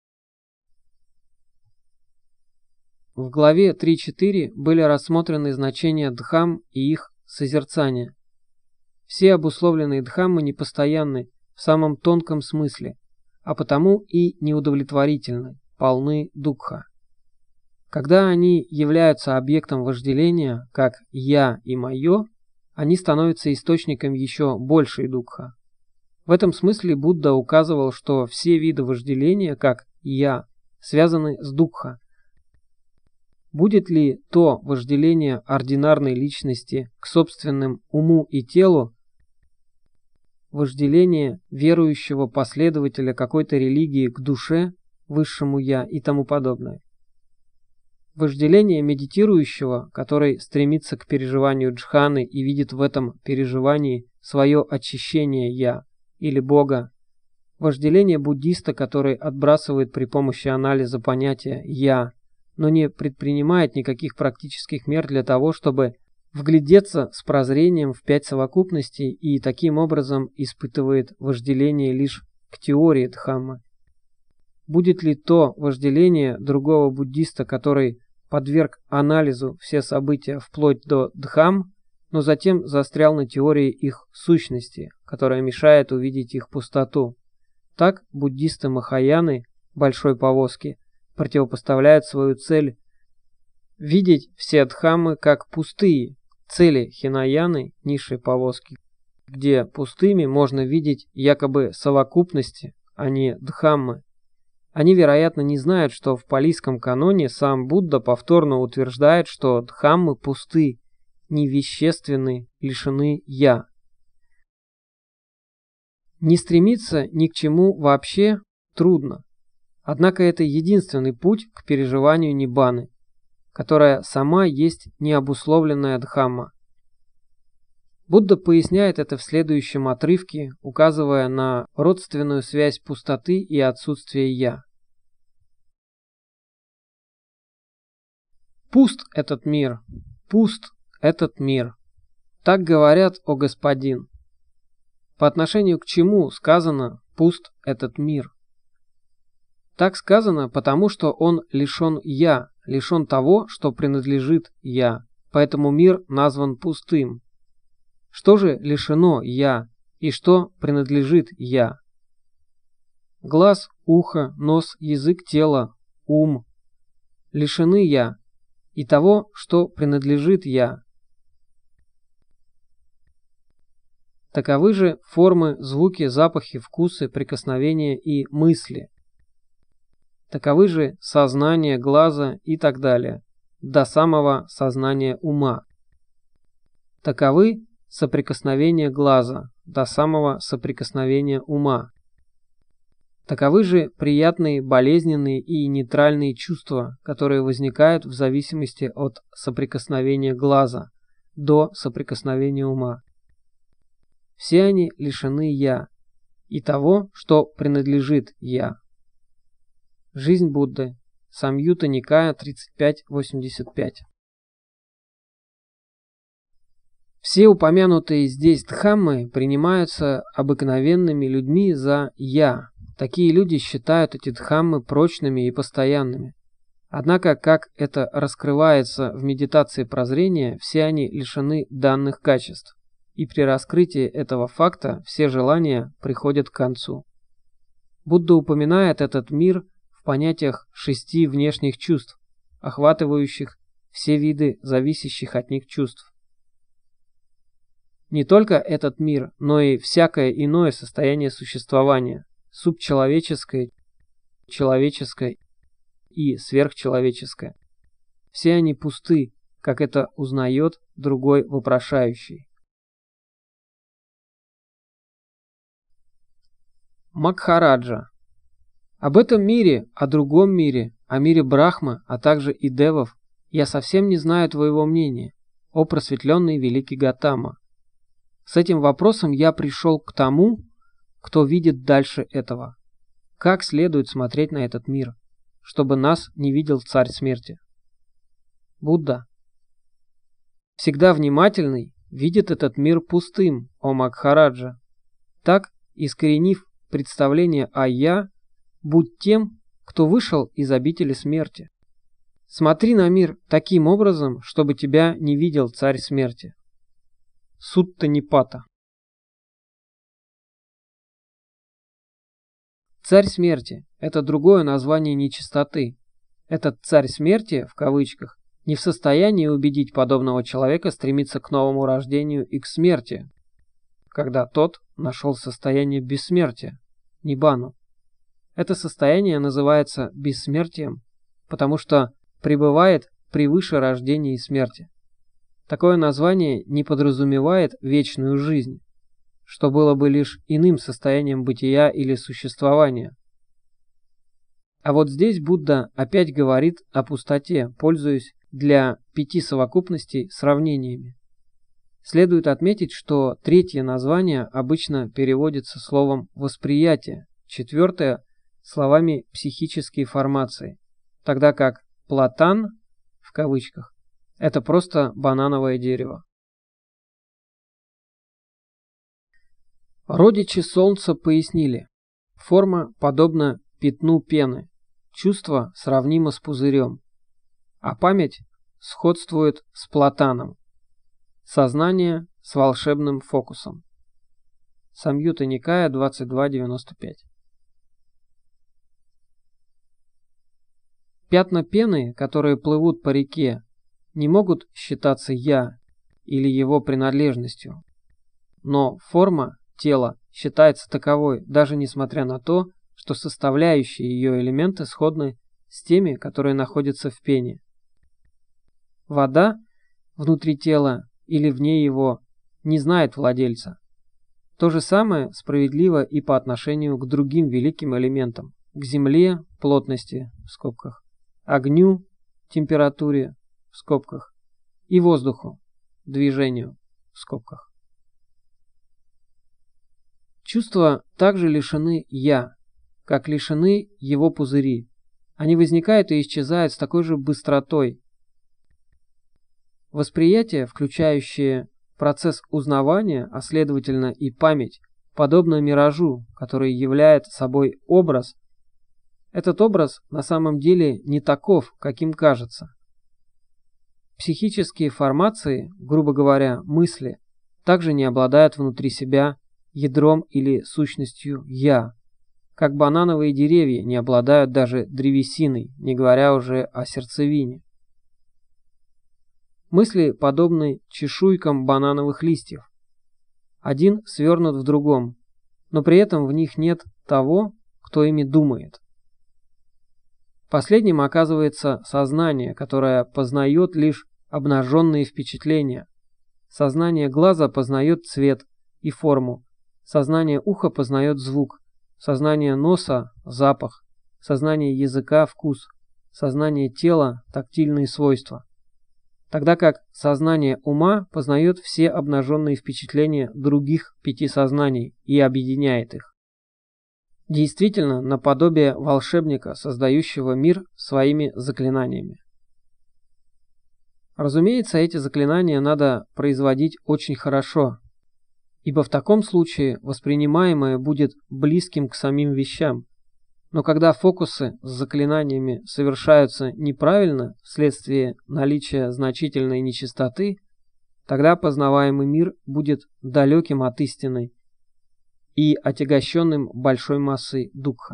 Speaker 1: В главе 3.4 были рассмотрены значения дхамм и их созерцания. Все обусловленные дхаммы непостоянны в самом тонком смысле, а потому и неудовлетворительны, полны дукха. Когда они являются объектом вожделения, как «я» и «моё», они становятся источником еще большей дукха. В этом смысле Будда указывал, что все виды вожделения, как «я», связаны с дукха. Будет ли то вожделение ординарной личности к собственным уму и телу, вожделение верующего последователя какой-то религии к душе, высшему «я» и тому подобное? Вожделение медитирующего, который стремится к переживанию джханы и видит в этом переживании свое очищение «я» или Бога. Вожделение буддиста, который отбрасывает при помощи анализа понятия «я», но не предпринимает никаких практических мер для того, чтобы вглядеться с прозрением в 5 совокупностей и таким образом испытывает вожделение лишь к теории дхаммы. Будет ли то вожделение другого буддиста, который подверг анализу все события вплоть до дхамм, но затем застрял на теории их сущности, которая мешает увидеть их пустоту? Так буддисты Махаяны большой повозки противопоставляют свою цель видеть все дхаммы как пустые, цели хинаяны низшей повозки, где пустыми можно видеть якобы совокупности, а не дхаммы. Они, вероятно, не знают, что в палийском каноне сам Будда повторно утверждает, что дхаммы пусты, невещественны, лишены «я». Не стремиться ни к чему вообще трудно. Однако это единственный путь к переживанию ниббаны, которая сама есть необусловленная дхамма. Будда поясняет это в следующем отрывке, указывая на родственную связь пустоты и отсутствия «я». Пуст этот мир, пуст этот мир. Так говорят, о господин. По отношению к чему сказано «пуст этот мир»? Так сказано, потому что он лишен «я», лишен того, что принадлежит «я», поэтому мир назван пустым. Что же лишено «я» и что принадлежит «я»? Глаз, ухо, нос, язык, тело, ум лишены «я» и того, что принадлежит «я». Таковы же формы, звуки, запахи, вкусы, прикосновения и мысли. Таковы же сознание глаза и так далее, до самого сознания ума. Таковы соприкосновения глаза, до самого соприкосновения ума. Таковы же приятные, болезненные и нейтральные чувства, которые возникают в зависимости от соприкосновения глаза до соприкосновения ума. Все они лишены «я» и того, что принадлежит «я». Жизнь Будды. Самьютта Никая 35.85. Все упомянутые здесь дхаммы принимаются обыкновенными людьми за «я». Такие люди считают эти дхаммы прочными и постоянными. Однако, как это раскрывается в медитации прозрения, все они лишены данных качеств. И при раскрытии этого факта все желания приходят к концу. Будда упоминает этот мир в понятиях 6 внешних чувств, охватывающих все виды зависящих от них чувств. Не только этот мир, но и всякое иное состояние существования, субчеловеческое, человеческое и сверхчеловеческое. Все они пусты, как это узнает другой вопрошающий. Макхараджа. Об этом мире, о другом мире, о мире Брахмы, а также и девов, я совсем не знаю твоего мнения, о просветленный великий Готама. С этим вопросом я пришел к тому, кто видит дальше этого. Как следует смотреть на этот мир, чтобы нас не видел царь смерти? Будда. Всегда внимательный видит этот мир пустым, о Макхараджа. Так, искоренив представление о «я», будь тем, кто вышел из обители смерти. Смотри на мир таким образом, чтобы тебя не видел царь смерти. Сутта Нипата. Царь смерти – это другое название нечистоты. Этот царь смерти, в кавычках, не в состоянии убедить подобного человека стремиться к новому рождению и к смерти, когда тот нашел состояние бессмертия, ниббану. Это состояние называется бессмертием, потому что пребывает превыше рождения и смерти. Такое название не подразумевает вечную жизнь, что было бы лишь иным состоянием бытия или существования. А вот здесь Будда опять говорит о пустоте, пользуясь для 5 совокупностей сравнениями. Следует отметить, что третье название обычно переводится словом «восприятие», четвертое – словами «психические формации», тогда как «платан» в кавычках – это просто банановое дерево. Родичи Солнца пояснили: форма подобна пятну пены, чувство сравнимо с пузырем, а память сходствует с платаном, сознание с волшебным фокусом. Самьютта Никая 22.95. Пятна пены, которые плывут по реке, не могут считаться «я» или его принадлежностью, но форма тела считается таковой, даже несмотря на то, что составляющие ее элементы сходны с теми, которые находятся в пене. Вода внутри тела или вне его не знает владельца. То же самое справедливо и по отношению к другим великим элементам, к земле, плотности, в скобках, огню, температуре, в скобках, и воздуху, движению, в скобках. Чувства также лишены «я», как лишены его пузыри. Они возникают и исчезают с такой же быстротой. Восприятие, включающее процесс узнавания, а следовательно и память, подобно миражу, который является собой образ. Этот образ на самом деле не таков, каким кажется. Психические формации, грубо говоря, мысли, также не обладают внутри себя ядром или сущностью «я», как банановые деревья не обладают даже древесиной, не говоря уже о сердцевине. Мысли подобны чешуйкам банановых листьев. Один свернут в другом, но при этом в них нет того, кто ими думает. Последним оказывается сознание, которое познает лишь обнаженные впечатления. Сознание глаза познает цвет и форму, сознание уха познает звук, сознание носа – запах, сознание языка – вкус, сознание тела – тактильные свойства. Тогда как сознание ума познает все обнаженные впечатления других 5 сознаний и объединяет их. Действительно, наподобие волшебника, создающего мир своими заклинаниями. Разумеется, эти заклинания надо производить очень хорошо, ибо в таком случае воспринимаемое будет близким к самим вещам. Но когда фокусы с заклинаниями совершаются неправильно вследствие наличия значительной нечистоты, тогда познаваемый мир будет далеким от истины и отягощенным большой массой дуkkha.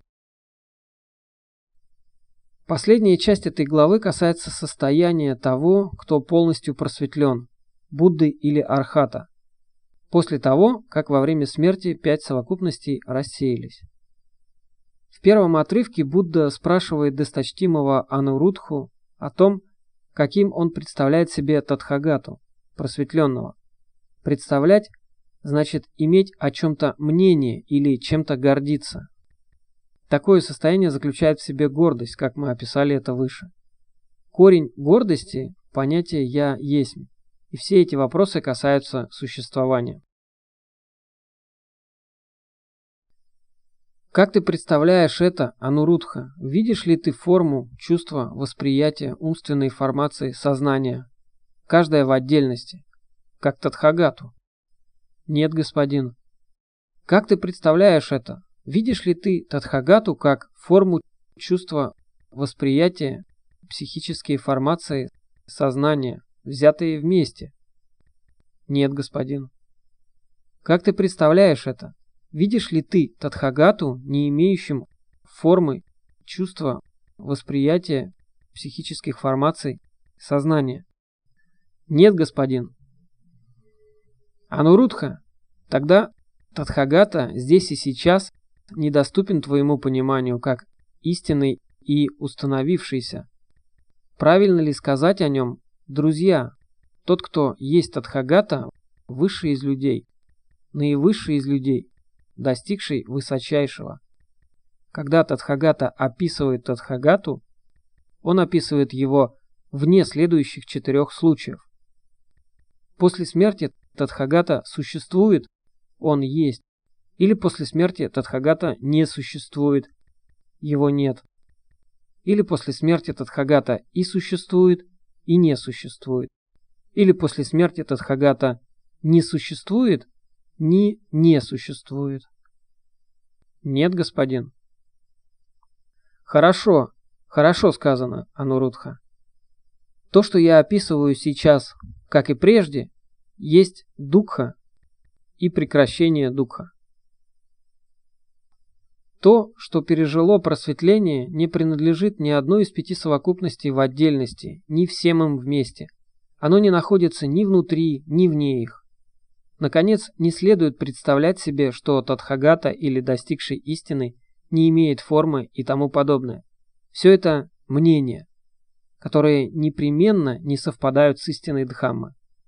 Speaker 1: Последняя часть этой главы касается состояния того, кто полностью просветлен, Будды или Архата, после того, как во время смерти 5 совокупностей рассеялись. В первом отрывке Будда спрашивает досточтимого Анурудху о том, каким он представляет себе Тадхагату, просветленного. Представлять значит иметь о чем-то мнение или чем-то гордиться. Такое состояние заключает в себе гордость, как мы описали это выше. Корень гордости – понятие «я есть», и все эти вопросы касаются существования. Как ты представляешь это, Анурудха? Видишь ли ты форму, чувство, восприятие, умственной формации, сознания, каждое в отдельности, как Тадхагату? Нет, господин. Как ты представляешь это? Видишь ли ты Тадхагату как форму, чувства, восприятия, психические формации, сознания, взятые вместе? Нет, господин. Как ты представляешь это? Видишь ли ты Тадхагату, не имеющим формы, чувства, восприятия, психических формаций, сознания? Нет, господин. Анурудха, тогда Тадхагата здесь и сейчас недоступен твоему пониманию как истинный и установившийся. Правильно ли сказать о нем, друзья, тот, кто есть Тадхагата, высший из людей, наивысший из людей, достигший высочайшего? Когда Тадхагата описывает Тадхагату, он описывает его вне следующих 4 случаев. После смерти Тадхагата существует, он есть, или после смерти Тадхагата не существует, его нет, или после смерти Тадхагата и существует, и не существует, или после смерти Тадхагата не существует, ни не существует. Нет, господин. Хорошо, хорошо сказано, Анурудха. То, что я описываю сейчас, как и прежде, есть дуkkha и прекращение дуkkha. То, что пережило просветление, не принадлежит ни одной из 5 совокупностей в отдельности, ни всем им вместе. Оно не находится ни внутри, ни вне их. Наконец, не следует представлять себе, что Тадхагата или достигший истины не имеет формы и тому подобное. Все это мнения, которые непременно не совпадают с истиной Дхаммы.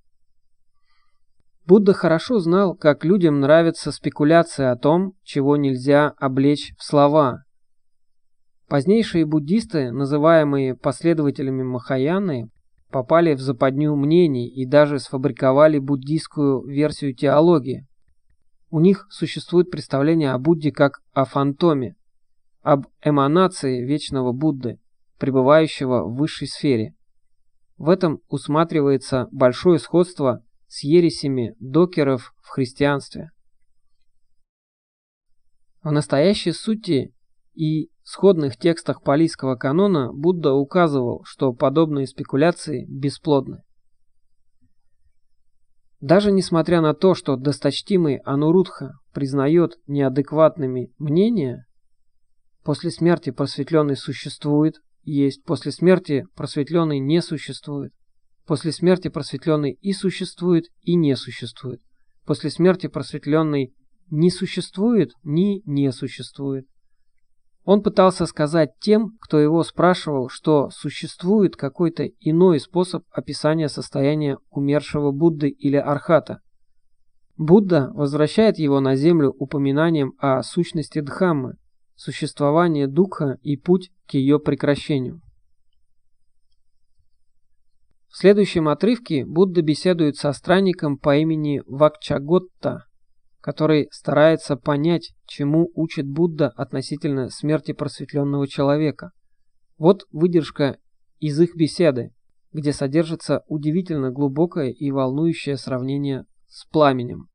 Speaker 1: Будда хорошо знал, как людям нравится спекуляция о том, чего нельзя облечь в слова. Позднейшие буддисты, называемые последователями Махаяны, попали в западню мнений и даже сфабриковали буддийскую версию теологии. У них существует представление о Будде как о фантоме, об эманации вечного Будды, пребывающего в высшей сфере. В этом усматривается большое сходство с ересями докеров в христианстве. В настоящей сути и сходных текстах палийского канона Будда указывал, что подобные спекуляции бесплодны. Даже несмотря на то, что досточтимый Анурудха признает неадекватными мнения, после смерти просветленный существует, есть, после смерти просветленный не существует, после смерти просветленный и существует, и не существует, после смерти просветленный ни существует, ни не существует. Он пытался сказать тем, кто его спрашивал, что существует какой-то иной способ описания состояния умершего Будды или Архата. Будда возвращает его на землю упоминанием о сущности Дхаммы, существовании Дукха и путь к ее прекращению. В следующем отрывке Будда беседует со странником по имени Вакчаготта, который старается понять, чему учит Будда относительно смерти просветленного человека. Вот выдержка из их беседы, где содержится удивительно глубокое и волнующее сравнение с пламенем.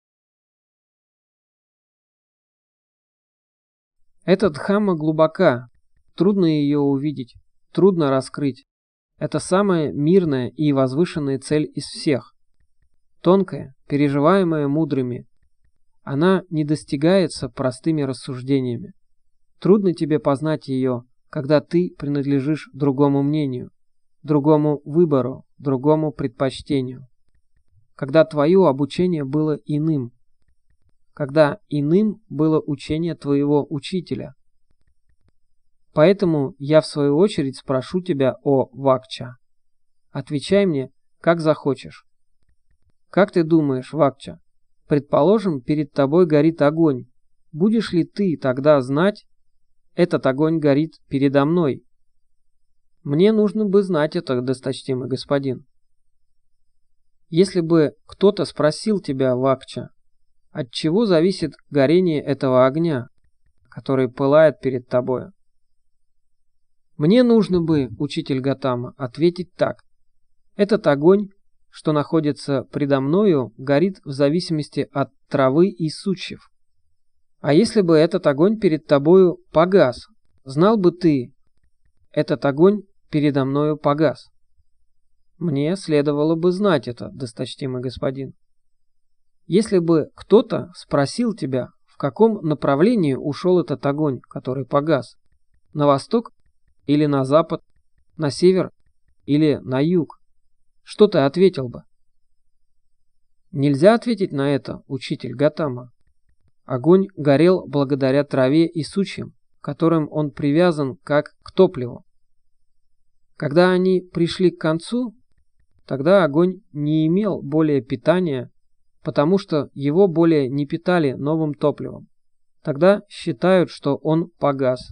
Speaker 1: Эта Дхамма глубока, трудно ее увидеть, трудно раскрыть. Это самая мирная и возвышенная цель из всех. Тонкая, переживаемая мудрыми. Она не достигается простыми рассуждениями. Трудно тебе познать ее, когда ты принадлежишь другому мнению, другому выбору, другому предпочтению. Когда твое обучение было иным. Когда иным было учение твоего учителя. Поэтому я в свою очередь спрошу тебя, о Вакча. Отвечай мне, как захочешь. Как ты думаешь, Вакча? Предположим, перед тобой горит огонь. Будешь ли ты тогда знать, этот огонь горит передо мной? Мне нужно бы знать это, досточтимый господин. Если бы кто-то спросил тебя, Вакча, от чего зависит горение этого огня, который пылает перед тобой? Мне нужно бы, учитель Готама, ответить так. Этот огонь, что находится предо мною, горит в зависимости от травы и сучьев. А если бы этот огонь перед тобою погас, знал бы ты, этот огонь передо мною погас? Мне следовало бы знать это, досточтимый господин. Если бы кто-то спросил тебя, в каком направлении ушел этот огонь, который погас, на восток или на запад, на север или на юг, что ты ответил бы? Нельзя ответить на это, учитель Готама. Огонь горел благодаря траве и сучьям, к которым он привязан как к топливу. Когда они пришли к концу, тогда огонь не имел более питания, потому что его более не питали новым топливом. Тогда считают, что он погас.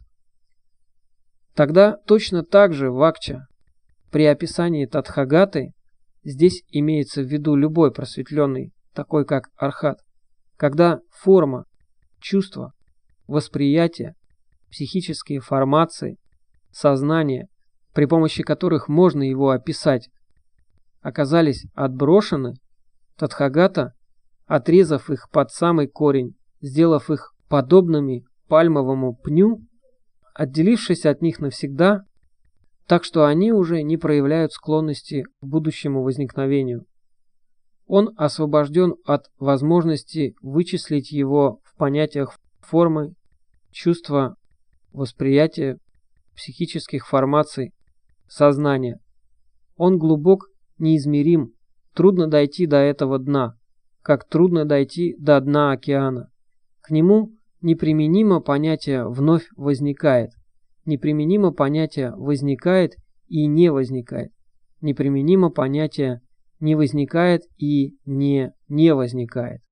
Speaker 1: Тогда точно так же, Вакча, при описании Тадхагаты, здесь имеется в виду любой просветленный, такой как Архат, когда форма, чувство, восприятие, психические формации, сознание, при помощи которых можно его описать, оказались отброшены, Тадхагата, отрезав их под самый корень, сделав их подобными пальмовому пню, отделившись от них навсегда, так что они уже не проявляют склонности к будущему возникновению. Он освобожден от возможности вычислить его в понятиях формы, чувства, восприятия, психических формаций, сознания. Он глубок, неизмерим, трудно дойти до этого дна, как трудно дойти до дна океана. К нему неприменимо понятие «вновь возникает», неприменимо понятие «возникает» и «не возникает», неприменимо понятие «не возникает» и «не возникает».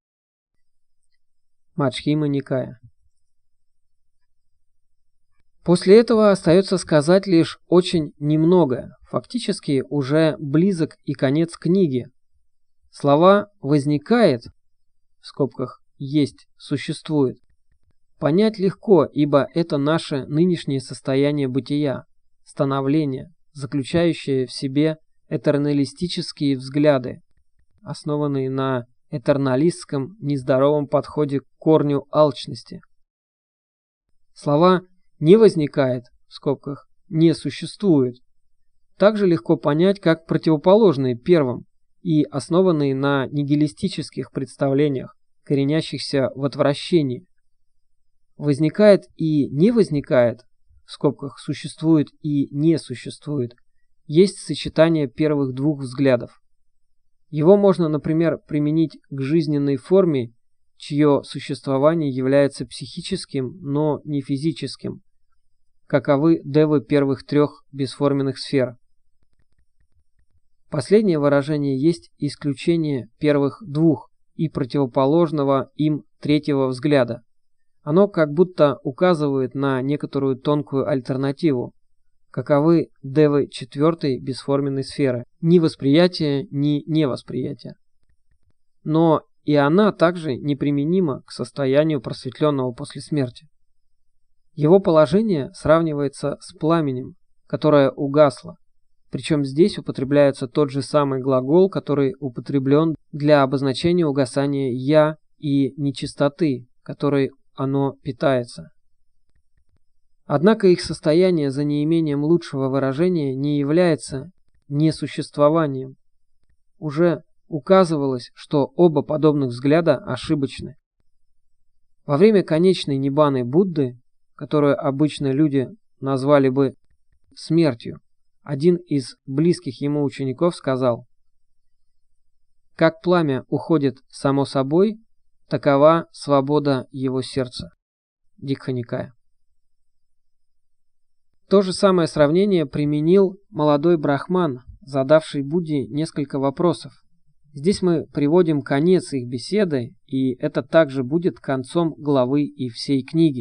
Speaker 1: Маччхима Никая. После этого остается сказать лишь очень немного, фактически уже близок и конец книги. Слова «возникает» в скобках есть, существует, понять легко, ибо это наше нынешнее состояние бытия, становление, заключающее в себе этерналистические взгляды, основанные на этерналистском нездоровом подходе к корню алчности. Слова «не возникает» в скобках «не существует» также легко понять как противоположные первым и основанные на нигилистических представлениях, коренящихся в отвращении. Возникает и не возникает, в скобках существует и не существует, есть сочетание первых двух взглядов. Его можно, например, применить к жизненной форме, чье существование является психическим, но не физическим, каковы девы первых трех бесформенных сфер. Последнее выражение есть исключение первых двух и противоположного им третьего взгляда. Оно как будто указывает на некоторую тонкую альтернативу, каковы девы четвертой бесформенной сферы, ни восприятие, ни невосприятие. Но и она также неприменима к состоянию просветленного после смерти. Его положение сравнивается с пламенем, которое угасло, причем здесь употребляется тот же самый глагол, который употреблен для обозначения угасания «я» и нечистоты, которой оно питается. Однако их состояние за неимением лучшего выражения не является несуществованием. Уже указывалось, что оба подобных взгляда ошибочны. Во время конечной ниббаны Будды, которую обычно люди назвали бы смертью, один из близких ему учеников сказал: «Как пламя уходит само собой, такова свобода его сердца». Дикха-никая. То же самое сравнение применил молодой брахман, задавший Будде несколько вопросов. Здесь мы приводим конец их беседы, и это также будет концом главы и всей книги.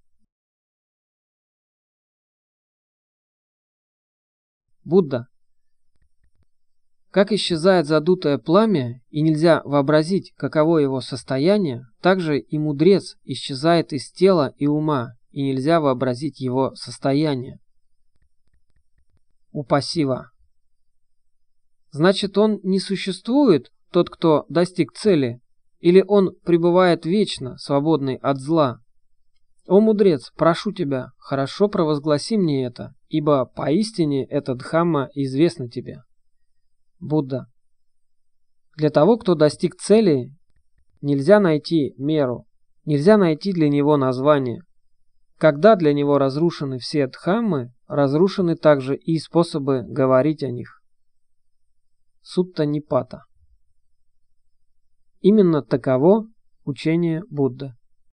Speaker 1: Будда. Как исчезает задутое пламя, и нельзя вообразить, каково его состояние, так же и мудрец исчезает из тела и ума, и нельзя вообразить его состояние. Упасива. Значит, он не существует, тот, кто достиг цели, или он пребывает вечно, свободный от зла? О, мудрец, прошу тебя, хорошо провозгласи мне это, ибо поистине эта Дхамма известна тебе. Будда. Для того, кто достиг цели, нельзя найти меру, нельзя найти для него название. Когда для него разрушены все Дхаммы, разрушены также и способы говорить о них. Сутта Нипата. Именно таково учение Будды.